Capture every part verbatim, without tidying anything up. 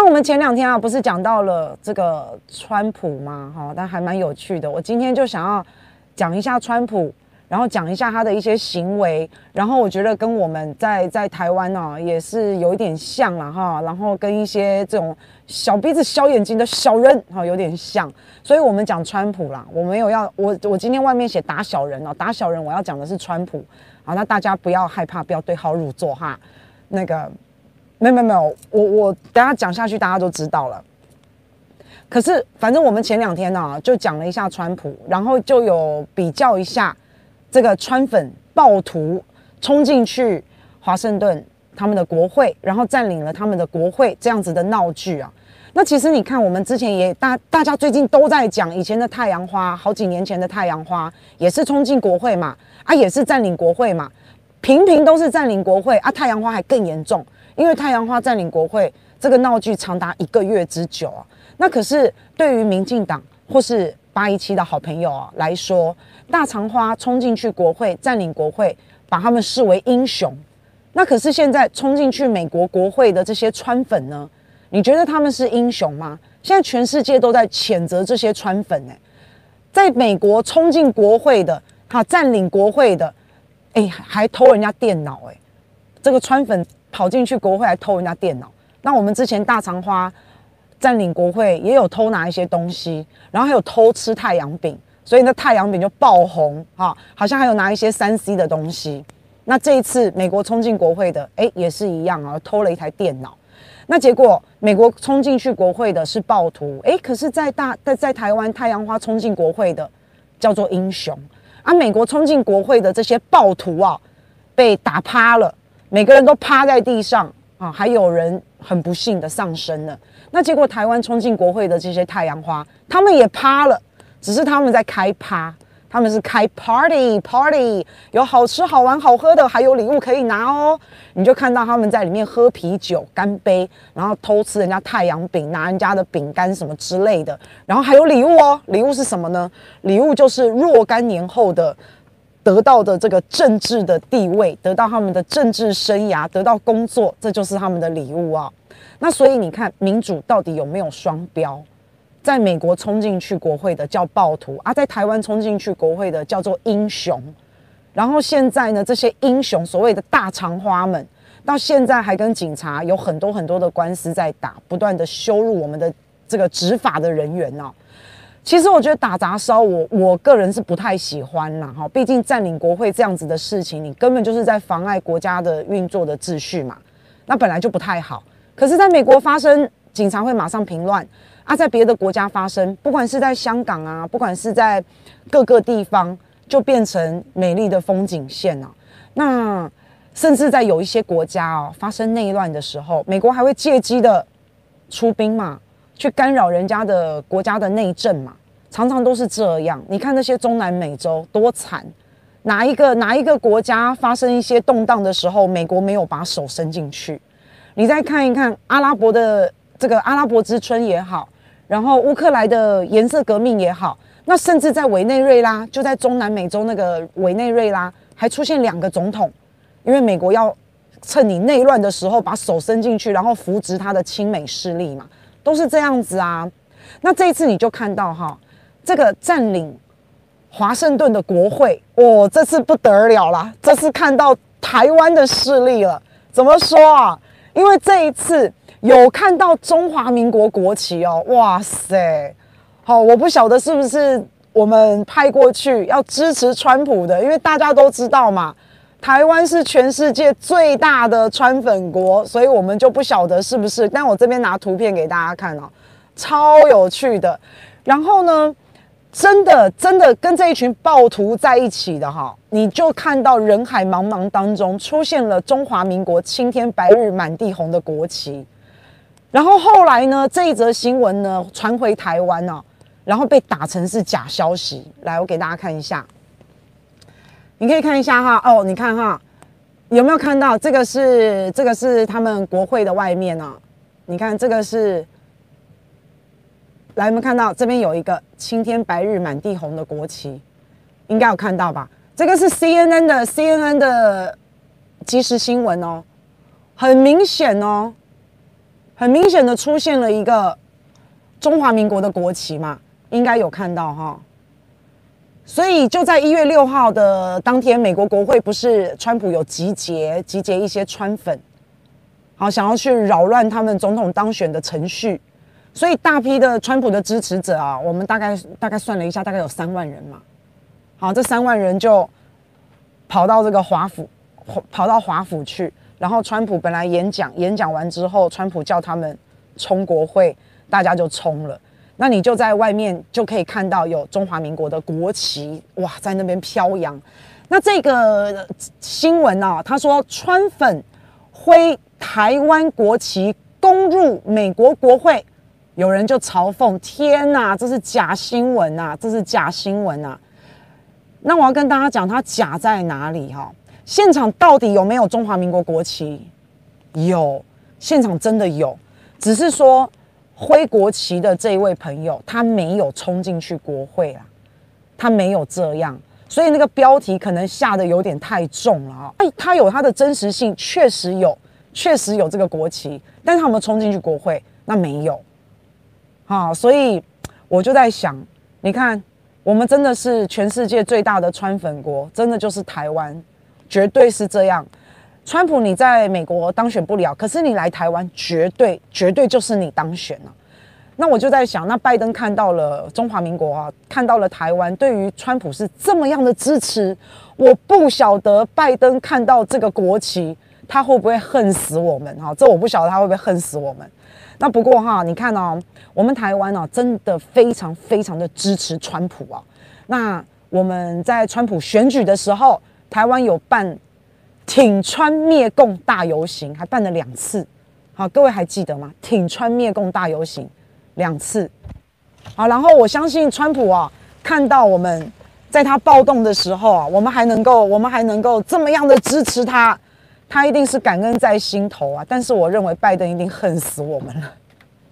我们前两天啊，不是讲到了这个川普吗？哈，但还蛮有趣的。我今天就想要讲一下川普，然后讲一下他的一些行为，然后我觉得跟我们在在台湾呢、啊、也是有一点像啦哈，然后跟一些这种小鼻子小眼睛的小人哈有点像，所以我们讲川普啦，我没有要我我今天外面写打小人哦，打小人我要讲的是川普，好，那大家不要害怕，不要对号入座哈，那个。没有没有没有，我我等一下讲下去，大家都知道了。可是反正我们前两天呢、啊，就讲了一下川普，然后就有比较一下这个川粉暴徒冲进去华盛顿他们的国会，然后占领了他们的国会这样子的闹剧啊。那其实你看，我们之前也大大家最近都在讲以前的太阳花，好几年前的太阳花也是冲进国会嘛，啊也是占领国会嘛，频频都是占领国会啊，太阳花还更严重。因为太阳花占领国会这个闹剧长达一个月之久啊，那可是对于民进党或是八一七的好朋友啊来说，大长花冲进去国会占领国会，把他们视为英雄。那可是现在冲进去美国国会的这些川粉呢，你觉得他们是英雄吗？现在全世界都在谴责这些川粉哎、欸，在美国冲进国会的，哈占领国会的，哎、欸、还偷人家电脑哎、欸，这个川粉。跑进去国会来偷人家电脑，那我们之前大长花占领国会也有偷拿一些东西，然后还有偷吃太阳饼，所以那太阳饼就爆红哈，好像还有拿一些三 C 的东西。那这一次美国冲进国会的，哎也是一样啊，偷了一台电脑。那结果美国冲进去国会的是暴徒，哎可是在大在在台湾太阳花冲进国会的叫做英雄啊，美国冲进国会的这些暴徒啊被打趴了。每个人都趴在地上啊，还有人很不幸的丧生了。那结果台湾冲进国会的这些太阳花，他们也趴了，只是他们在开趴，他们是开 party party， 有好吃好玩好喝的，还有礼物可以拿哦。你就看到他们在里面喝啤酒干杯，然后偷吃人家太阳饼，拿人家的饼干什么之类的，然后还有礼物哦。礼物是什么呢？礼物就是若干年后的。得到的这个政治的地位，得到他们的政治生涯，得到工作，这就是他们的礼物啊。那所以你看，民主到底有没有双标？在美国冲进去国会的叫暴徒啊，在台湾冲进去国会的叫做英雄。然后现在呢，这些英雄所谓的大长花们，到现在还跟警察有很多很多的官司在打，不断的羞辱我们的这个执法的人员啊。其实我觉得打砸烧我，我我个人是不太喜欢啦，哈，毕竟占领国会这样子的事情，你根本就是在妨碍国家的运作的秩序嘛，那本来就不太好。可是，在美国发生，警察会马上平乱啊；在别的国家发生，不管是在香港啊，不管是在各个地方，就变成美丽的风景线啊。那甚至在有一些国家哦发生内乱的时候，美国还会借机的出兵嘛。去干扰人家的国家的内政嘛，常常都是这样。你看那些中南美洲多惨，哪一个哪一个国家发生一些动荡的时候，美国没有把手伸进去？你再看一看阿拉伯的这个阿拉伯之春也好，然后乌克兰的颜色革命也好，那甚至在委内瑞拉，就在中南美洲那个委内瑞拉，还出现两个总统，因为美国要趁你内乱的时候把手伸进去，然后扶植他的亲美势力嘛。都是这样子啊，那这一次你就看到哈，这个占领华盛顿的国会，哦，这次不得了啦，这次看到台湾的势力了。怎么说啊？因为这一次有看到中华民国国旗哦，哇塞，好，我不晓得是不是我们派过去要支持川普的，因为大家都知道嘛。台湾是全世界最大的川粉国，所以我们就不晓得是不是。但我这边拿图片给大家看哦，超有趣的。然后呢，真的真的跟这一群暴徒在一起的哈，你就看到人海茫茫当中出现了中华民国青天白日满地红的国旗。然后后来呢，这一则新闻呢传回台湾哦，然后被打成是假消息。来，我给大家看一下。你可以看一下哈，哦，你看哈，有没有看到这个是这个是他们国会的外面啊？你看这个是，来，有没有看到这边有一个青天白日满地红的国旗？应该有看到吧？这个是 C N N 的 C N N 的即时新闻哦，很明显哦， 很明显的出现了一个中华民国的国旗嘛，应该有看到哈。所以就在一月六号的当天，美国国会不是川普有集结集结一些川粉，好想要去扰乱他们总统当选的程序，所以大批的川普的支持者啊，我们大概大概算了一下，大概有三万人嘛。好，这三万人就跑到这个华府，跑到华府去。然后川普本来演讲，演讲完之后，川普叫他们冲国会，大家就冲了。那你就在外面就可以看到有中华民国的国旗，哇，在那边飘扬。那这个新闻啊，他说川粉挥台湾国旗攻入美国国会，有人就嘲讽：天哪，这是假新闻啊，这是假新闻啊！那我要跟大家讲，它假在哪里哈？现场到底有没有中华民国国旗？有，现场真的有，只是说挥国旗的这一位朋友，他没有冲进去国会啦，他没有这样，所以那个标题可能下的有点太重了啊。哎，他有他的真实性，确实有，确实有这个国旗，但是他有没有冲进去国会？那没有，啊，所以我就在想，你看，我们真的是全世界最大的川粉国，真的就是台湾。绝对是这样，川普你在美国当选不了，可是你来台湾，绝对绝对就是你当选了。那我就在想，那拜登看到了中华民国啊，看到了台湾，对于川普是这么样的支持，我不晓得拜登看到这个国旗，他会不会恨死我们哈？这我不晓得他会不会恨死我们。那不过哈，你看哦，我们台湾啊，真的非常非常的支持川普啊。那我们在川普选举的时候，台湾有办挺川灭共大游行，还办了两次。好，各位还记得吗？挺川灭共大游行两次。好，然后我相信川普啊，看到我们在他暴动的时候啊，我们还能够，我们还能够这么样的支持他，他一定是感恩在心头啊。但是我认为拜登一定恨死我们了。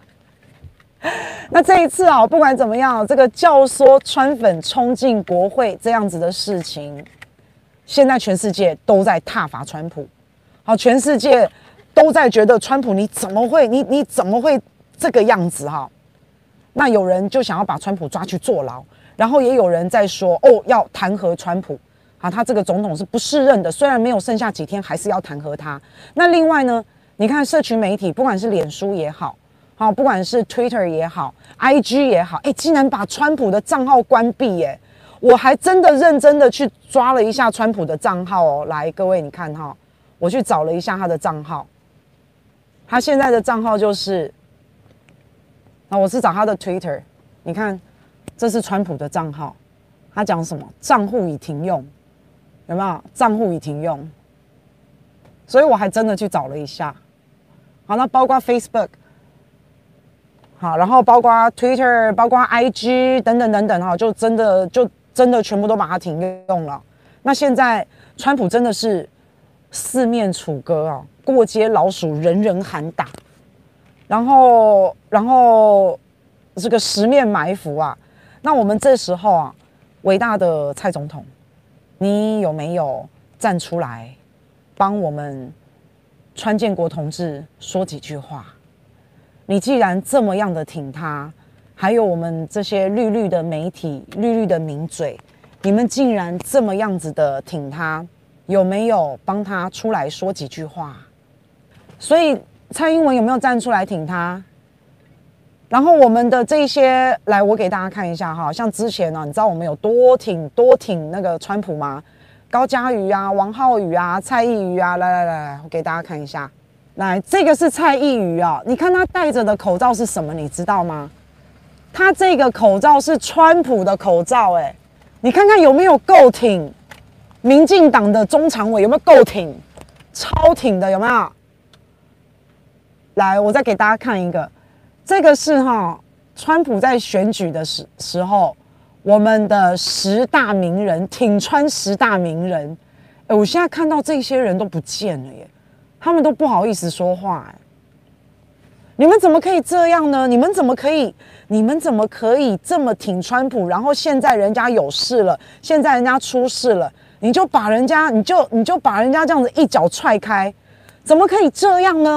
那这一次啊，不管怎么样，这个教唆川粉冲进国会这样子的事情。现在全世界都在挞伐川普，好，全世界都在觉得川普你怎么会，你你怎么会这个样子哈？那有人就想要把川普抓去坐牢，然后也有人在说哦要弹劾川普，啊，他这个总统是不适任的，虽然没有剩下几天，还是要弹劾他。那另外呢，你看社群媒体，不管是脸书也好，好，不管是 Twitter 也好 ，I G 也好，哎，竟然把川普的账号关闭耶！我还真的认真的去抓了一下川普的账号哦，来，各位你看哈，我去找了一下他的账号，他现在的账号就是，啊，我是找他的 Twitter， 你看，这是川普的账号，他讲什么？账户已停用，有没有？账户已停用，所以我还真的去找了一下，好，那包括 Facebook， 好，然后包括 Twitter， 包括 I G 等等等等哈，就真的就。真的全部都把它停用了。那现在川普真的是四面楚歌啊，过街老鼠人人喊打，然后然后这个十面埋伏啊。那我们这时候啊，伟大的蔡总统，你有没有站出来帮我们川建国同志说几句话？你既然这么样的挺他。还有我们这些绿绿的媒体、绿绿的名嘴，你们竟然这么样子的挺他，有没有帮他出来说几句话？所以蔡英文有没有站出来挺他？然后我们的这些，来，我给大家看一下哈，像之前呢、啊，你知道我们有多挺多挺那个川普吗？高嘉瑜啊、王浩宇啊、蔡易余啊，来来来，我给大家看一下。来，这个是蔡易余啊，你看他戴着的口罩是什么？你知道吗？他这个口罩是川普的口罩，哎，你看看有没有够挺？民进党的中常委有没有够挺？超挺的有没有？来，我再给大家看一个，这个是哈，川普在选举的时时候，我们的十大名人挺川十大名人，哎，我现在看到这些人都不见了耶，他们都不好意思说话，哎。你们怎么可以这样呢？你们怎么可以？你们怎么可以这么挺川普？然后现在人家有事了，现在人家出事了，你就把人家，你就你就把人家这样子一脚踹开，怎么可以这样呢？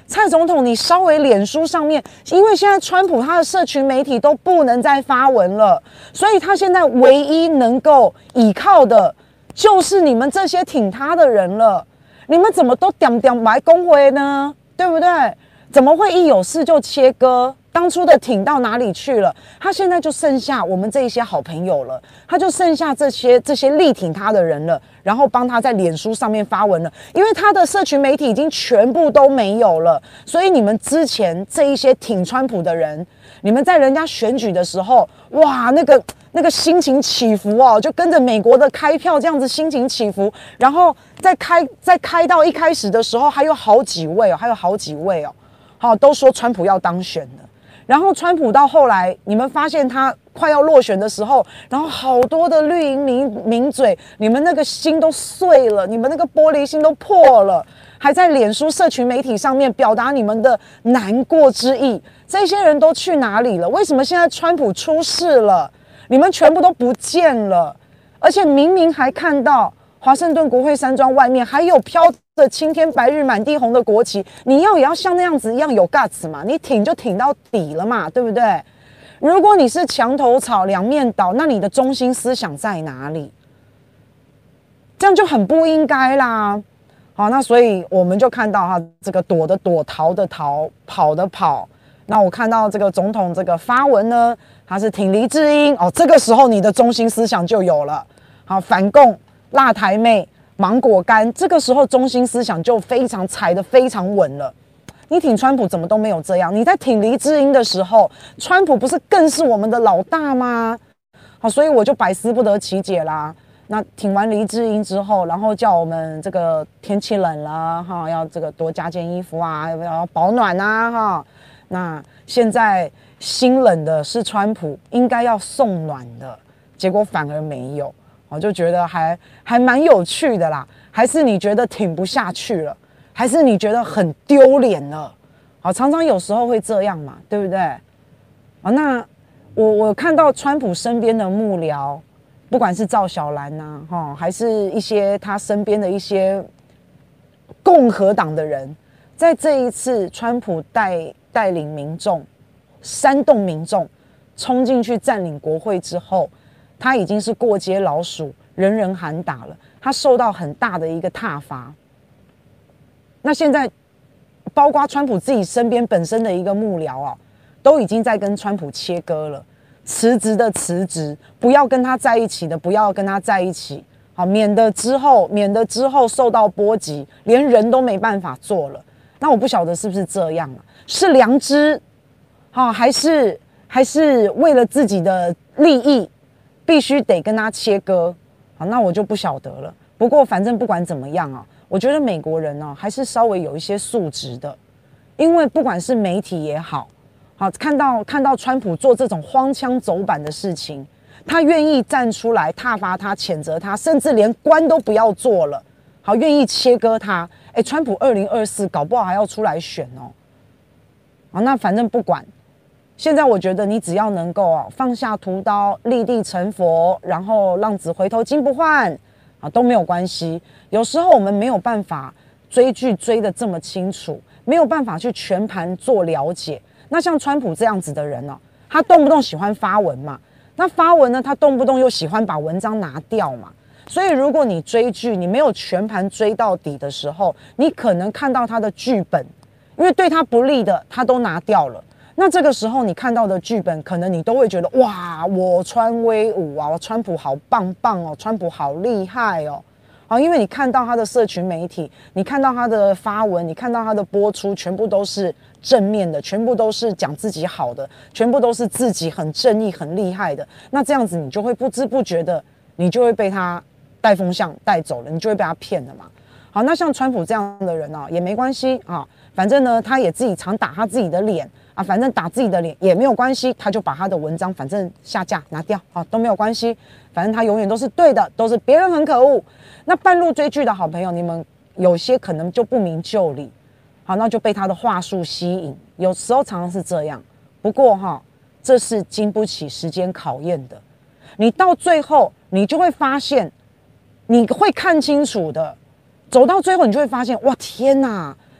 蔡总统，你稍微脸书上面，因为现在川普他的社群媒体都不能再发文了，所以他现在唯一能够依靠的就是你们这些挺他的人了。你们怎么都点点埋恭维呢？对不对？怎么会一有事就切割？当初的挺到哪里去了？他现在就剩下我们这一些好朋友了，他就剩下这些这些力挺他的人了，然后帮他在脸书上面发文了，因为他的社群媒体已经全部都没有了，所以你们之前这一些挺川普的人，你们在人家选举的时候，哇，那个那个心情起伏哦，就跟着美国的开票这样子心情起伏，然后再开再开到一开始的时候，还有好几位哦，还有好几位哦，好，都说川普要当选的。然后川普到后来，你们发现他快要落选的时候，然后好多的绿营民民嘴，你们那个心都碎了，你们那个玻璃心都破了，还在脸书社群媒体上面表达你们的难过之意。这些人都去哪里了？为什么现在川普出事了，你们全部都不见了？而且明明还看到华盛顿国会山庄外面还有飘着青天白日满地红的国旗，你要也要像那样子一样有 guts 嘛，你挺就挺到底了嘛，对不对？如果你是墙头草两面倒，那你的中心思想在哪里？这样就很不应该啦。好，那所以我们就看到哈，这个躲的躲，逃的逃，跑的跑。那我看到这个总统这个发文呢，他是挺黎智英哦，这个时候你的中心思想就有了。好，反共、辣台妹、芒果干，这个时候中心思想就非常踩得非常稳了。你挺川普怎么都没有这样？你在挺黎智英的时候，川普不是更是我们的老大吗？好，所以我就百思不得其解啦。那挺完黎智英之后，然后叫我们这个天气冷了哈，要这个多加件衣服啊，要保暖啊哈。那现在心冷的是川普，应该要送暖的，结果反而没有。我就觉得还还蛮有趣的啦，还是你觉得挺不下去了，还是你觉得很丢脸了？好，常常有时候会这样嘛，对不对？啊，那我我看到川普身边的幕僚，不管是赵小兰呐、啊，哈，还是一些他身边的一些共和党的人，在这一次川普带带领民众煽动民众冲进去占领国会之后，他已经是过街老鼠，人人喊打了，他受到很大的一个挞伐。那现在包括川普自己身边本身的一个幕僚啊，都已经在跟川普切割了，辞职的辞职，不要跟他在一起的不要跟他在一起，好，免得之后免得之后受到波及，连人都没办法做了。那我不晓得是不是这样啊？是良知，好，还是还是为了自己的利益？必须得跟他切割，好，那我就不晓得了。不过反正不管怎么样啊，我觉得美国人呢、啊、还是稍微有一些素质的，因为不管是媒体也好，好看到看到川普做这种荒腔走板的事情，他愿意站出来挞伐他、谴责他，甚至连官都不要做了，好，愿意切割他。哎，川普二零二四搞不好还要出来选哦。好，那反正不管。现在我觉得你只要能够啊放下屠刀，立地成佛，然后浪子回头金不换啊都没有关系。有时候我们没有办法追剧追得这么清楚，没有办法去全盘做了解。那像川普这样子的人呢、啊，他动不动喜欢发文嘛，那发文呢，他动不动又喜欢把文章拿掉嘛。所以如果你追剧，你没有全盘追到底的时候，你可能看到他的剧本，因为对他不利的他都拿掉了。那这个时候你看到的剧本，可能你都会觉得哇，我川威武啊，川普好棒棒哦，川普好厉害哦，好，因为你看到他的社群媒体，你看到他的发文，你看到他的播出，全部都是正面的，全部都是讲自己好的，全部都是自己很正义、很厉害的。那这样子你就会不知不觉的，你就会被他带风向带走了，你就会被他骗了嘛。好，那像川普这样的人啊，也没关系啊，反正呢，他也自己常打他自己的脸。啊，反正打自己的脸也没有关系，他就把他的文章反正下架拿掉，啊，都没有关系，反正他永远都是对的，都是别人很可恶。那半路追剧的好朋友，你们有些可能就不明就里，好，那就被他的话术吸引，有时候常常是这样。不过哈，这是经不起时间考验的，你到最后你就会发现，你会看清楚的，走到最后你就会发现，哇天哪！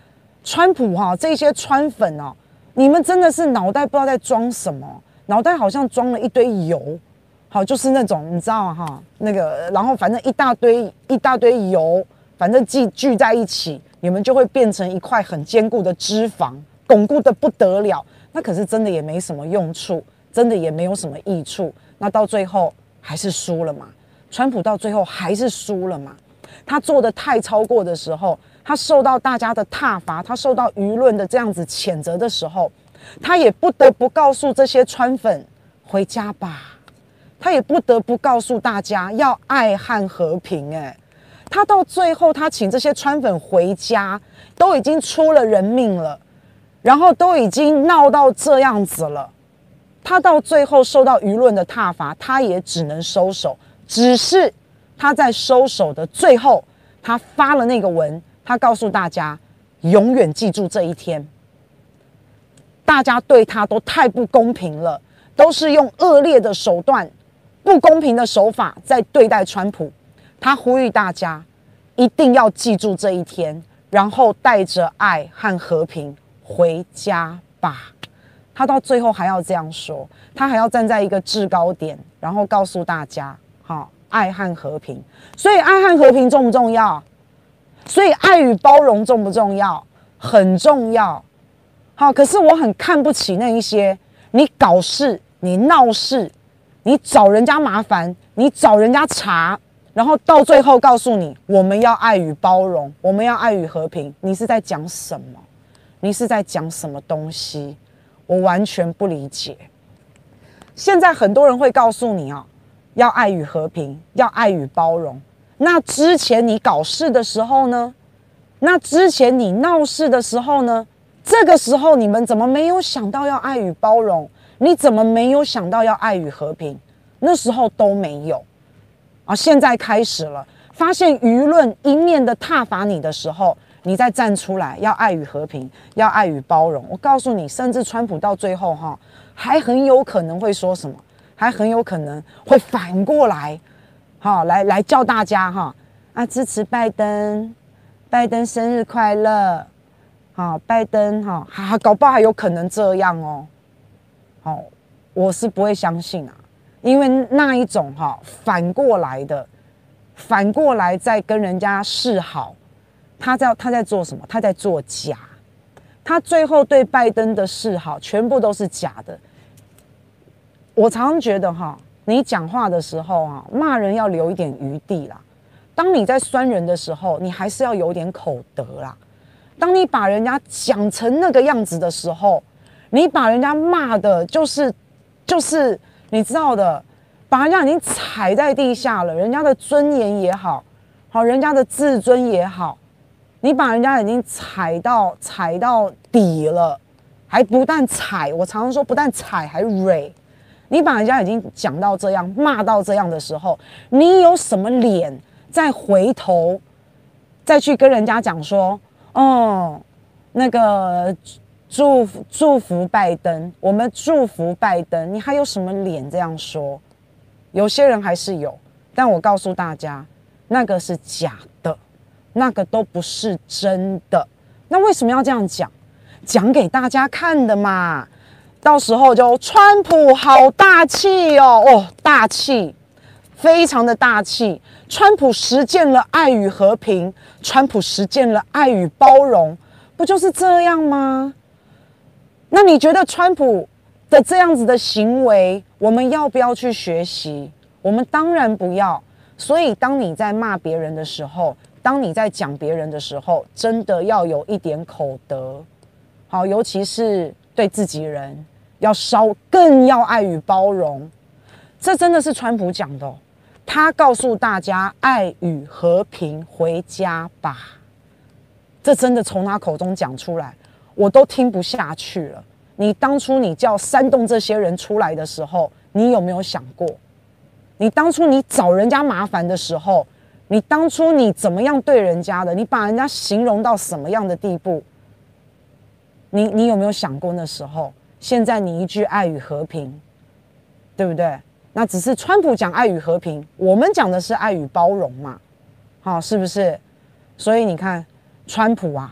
川普哈、啊、这些川粉哦、啊，你们真的是脑袋不知道在装什么，脑袋好像装了一堆油，好，就是那种你知道哈、啊，那个然后反正一大堆一大堆油，反正聚聚在一起，你们就会变成一块很坚固的脂肪，巩固的不得了。那可是真的也没什么用处，真的也没有什么益处。那到最后还是输了嘛？川普到最后还是输了嘛？他做的太超过的时候，他受到大家的挞伐，他受到舆论的这样子谴责的时候，他也不得不告诉这些川粉回家吧。他也不得不告诉大家要爱和和平。哎，他到最后，他请这些川粉回家，都已经出了人命了。然后都已经闹到这样子了，他到最后受到舆论的挞伐，他也只能收手。只是他在收手的最后，他发了那个文，他告诉大家，永远记住这一天。大家对他都太不公平了，都是用恶劣的手段、不公平的手法在对待川普。他呼吁大家一定要记住这一天，然后带着爱和和平回家吧。他到最后还要这样说，他还要站在一个制高点，然后告诉大家，好，爱和和平。所以爱和和平重不重要？所以爱与包容重不重要？很重要。好，可是我很看不起那一些你搞事、你闹事、你找人家麻烦、你找人家茬，然后到最后告诉你我们要爱与包容，我们要爱与和平。你是在讲什么？你是在讲什么东西？我完全不理解。现在很多人会告诉你啊，要爱与和平，要爱与包容。那之前你搞事的时候呢？那之前你闹事的时候呢？这个时候你们怎么没有想到要爱与包容？你怎么没有想到要爱与和平？那时候都没有啊！现在开始了，发现舆论一面的挞伐你的时候，你再站出来，要爱与和平，要爱与包容。我告诉你，甚至川普到最后哈，还很有可能会说什么，还很有可能会反过来，哈，来来叫大家哈啊支持拜登，拜登生日快乐，好，拜登哈，哈，搞不好还有可能这样哦，好，我是不会相信啊，因为那一种哈反过来的，反过来再跟人家示好。他在他在做什么？他在做假。他最后对拜登的示好全部都是假的。我常常觉得哈，你讲话的时候啊，骂人要留一点余地啦。当你在酸人的时候，你还是要有点口德啦。当你把人家讲成那个样子的时候，你把人家骂的就是就是你知道的，把人家已经踩在地下了，人家的尊严也好，好人家的自尊也好。你把人家已经踩到踩到底了，还不但踩，我常常说不但踩还蕊。你把人家已经讲到这样，骂到这样的时候，你有什么脸再回头再去跟人家讲说，哦，那个祝福祝福拜登，我们祝福拜登，你还有什么脸这样说？有些人还是有，但我告诉大家，那个是假的。那个都不是真的，那为什么要这样讲？讲给大家看的嘛。到时候就川普好大气哦，哦，大气，非常的大气。川普实践了爱与和平，川普实践了爱与包容，不就是这样吗？那你觉得川普的这样子的行为，我们要不要去学习？我们当然不要。所以，当你在骂别人的时候，当你在讲别人的时候，真的要有一点口德，好，尤其是对自己人，要稍更要爱与包容。这真的是川普讲的哦，他告诉大家爱与和平，回家吧。这真的从他口中讲出来，我都听不下去了。你当初你叫煽动这些人出来的时候，你有没有想过？你当初你找人家麻烦的时候，你当初你怎么样对人家的？你把人家形容到什么样的地步？你你有没有想过那时候？现在你一句爱与和平，对不对？那只是川普讲爱与和平，我们讲的是爱与包容嘛，好，是不是？所以你看，川普啊，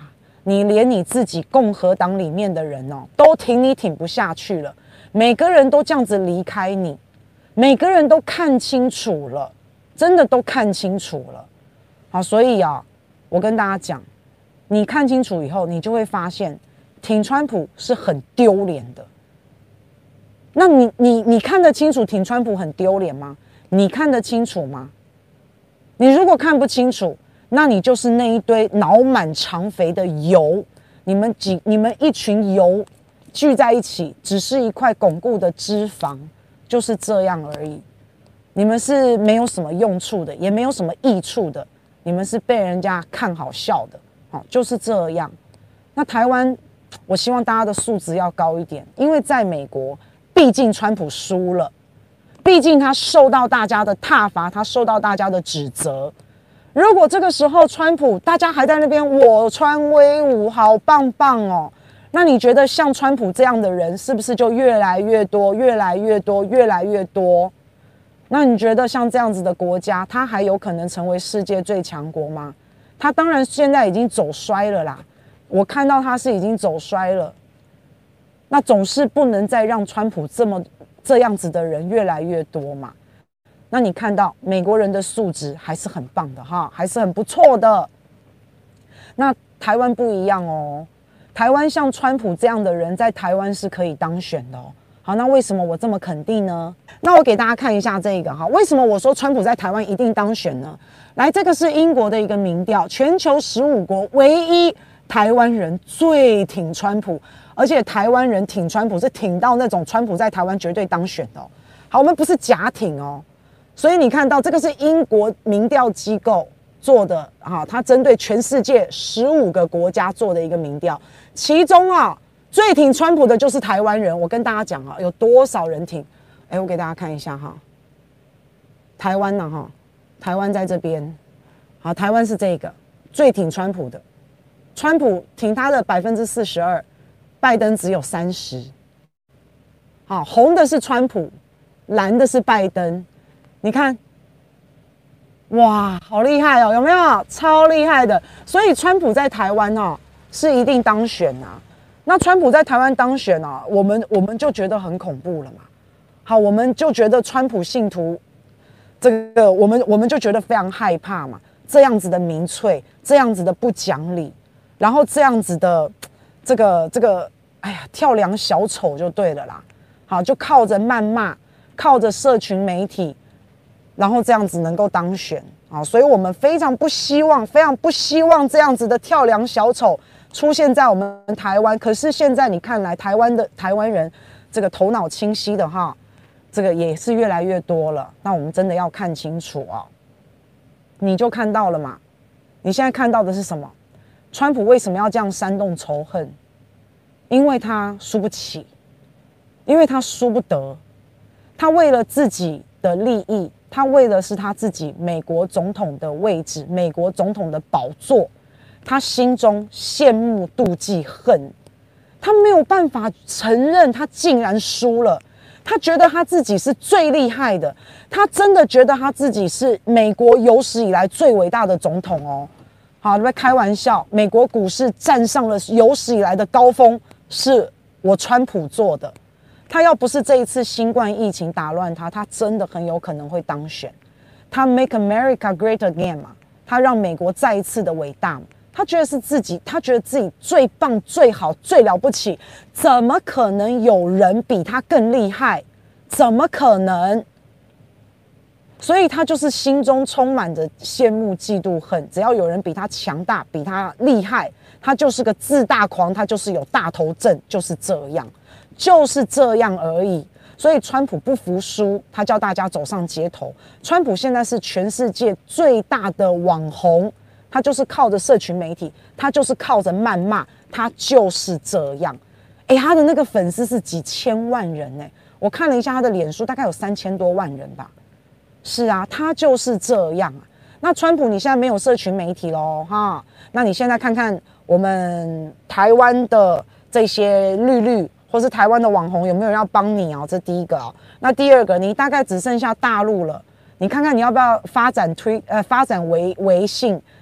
你连你自己共和党里面的人哦，都挺你挺不下去了，每个人都这样子离开你，每个人都看清楚了，真的都看清楚了。好，所以啊，我跟大家讲，你看清楚以后，你就会发现，挺川普是很丢脸的。那你你你看得清楚挺川普很丢脸吗？你看得清楚吗？你如果看不清楚，那你就是那一堆脑满肠肥的油，你们几你们一群油聚在一起，只是一块巩固的脂肪，就是这样而已。你们是没有什么用处的，也没有什么益处的，你们是被人家看好笑的，哦，就是这样。那台湾，我希望大家的素质要高一点，因为在美国，毕竟川普输了，毕竟他受到大家的挞伐，他受到大家的指责。如果这个时候川普大家还在那边我川威武，好棒棒哦，那你觉得像川普这样的人是不是就越来越多、越来越多、越来越多？那你觉得像这样子的国家，他还有可能成为世界最强国吗？他当然现在已经走衰了啦，我看到他是已经走衰了。那总是不能再让川普这么这样子的人越来越多嘛。那你看到美国人的素质还是很棒的哈，还是很不错的。那台湾不一样哦，台湾像川普这样的人在台湾是可以当选的哦。好，那为什么我这么肯定呢？那我给大家看一下这个哈，为什么我说川普在台湾一定当选呢？来，这个是英国的一个民调，全球十五国唯一台湾人最挺川普，而且台湾人挺川普是挺到那种川普在台湾绝对当选的哦。好，我们不是假挺哦。所以你看到这个是英国民调机构做的啊，它针对全世界十五个国家做的一个民调，其中啊最挺川普的就是台湾人。我跟大家讲啊，有多少人挺？哎，我给大家看一下哈，台湾呢、啊、哈，台湾在这边，好，台湾是这个最挺川普的，川普挺他的百分之四十二，拜登只有三十。好，红的是川普，蓝的是拜登。你看，哇，好厉害哦，有没有？超厉害的。所以川普在台湾哦，是一定当选啊。那川普在台湾当选啊，我们我们就觉得很恐怖了嘛。好，我们就觉得川普信徒，这个我们我们就觉得非常害怕嘛。这样子的民粹，这样子的不讲理，然后这样子的这个这个，哎呀，跳梁小丑就对了啦。好，就靠着谩骂，靠着社群媒体。然后这样子能够当选啊，所以我们非常不希望，非常不希望这样子的跳梁小丑出现在我们台湾。可是现在你看来，台湾的台湾人这个头脑清晰的哈，这个也是越来越多了。那我们真的要看清楚啊！你就看到了嘛？你现在看到的是什么？川普为什么要这样煽动仇恨？因为他输不起，因为他输不得，他为了自己的利益。他为的是他自己美国总统的位置，美国总统的宝座，他心中羡慕、妒忌、恨，他没有办法承认他竟然输了，他觉得他自己是最厉害的，他真的觉得他自己是美国有史以来最伟大的总统哦。好，你在开玩笑，美国股市站上了有史以来的高峰，是我川普做的。他要不是这一次新冠疫情打乱他，他真的很有可能会当选。他 make America great again 嘛，他让美国再一次的伟大嘛。他觉得是自己，他觉得自己最棒、最好、最了不起，怎么可能有人比他更厉害？怎么可能？所以他就是心中充满着羡慕、嫉妒、恨。只要有人比他强大、比他厉害，他就是个自大狂，他就是有大头症，就是这样。就是这样而已，所以川普不服输，他叫大家走上街头。川普现在是全世界最大的网红，他就是靠着社群媒体，他就是靠着谩骂，他就是这样。哎，他的那个粉丝是几千万人哎，我看了一下他的脸书，大概有三千多万人吧。是啊，他就是这样啊。那川普你现在没有社群媒体咯哈，那你现在看看我们台湾的这些绿绿。或是台湾的网红有没有人要帮你哦？这第一个哦。那第二个，你大概只剩下大陆了，你看看你要不要发展推呃发展微微信，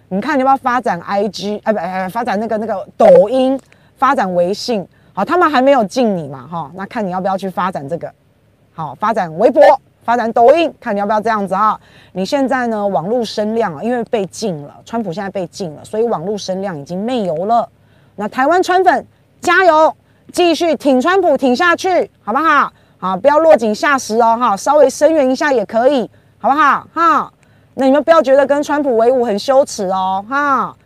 你看你要不要发展 I G 啊？不，呃，发展那个那个抖音，发展微信。好，他们还没有禁你嘛，哈，那看你要不要去发展这个。好，发展微博，发展抖音，看你要不要这样子哈。你现在呢，网络声量啊，因为被禁了，川普现在被禁了，所以网络声量已经没有了。那台湾川粉加油，继续挺川普挺下去，好不好？好，不要落井下石哦，哈，稍微声援一下也可以，好不好？哈，那你们不要觉得跟川普为伍很羞耻哦，哈。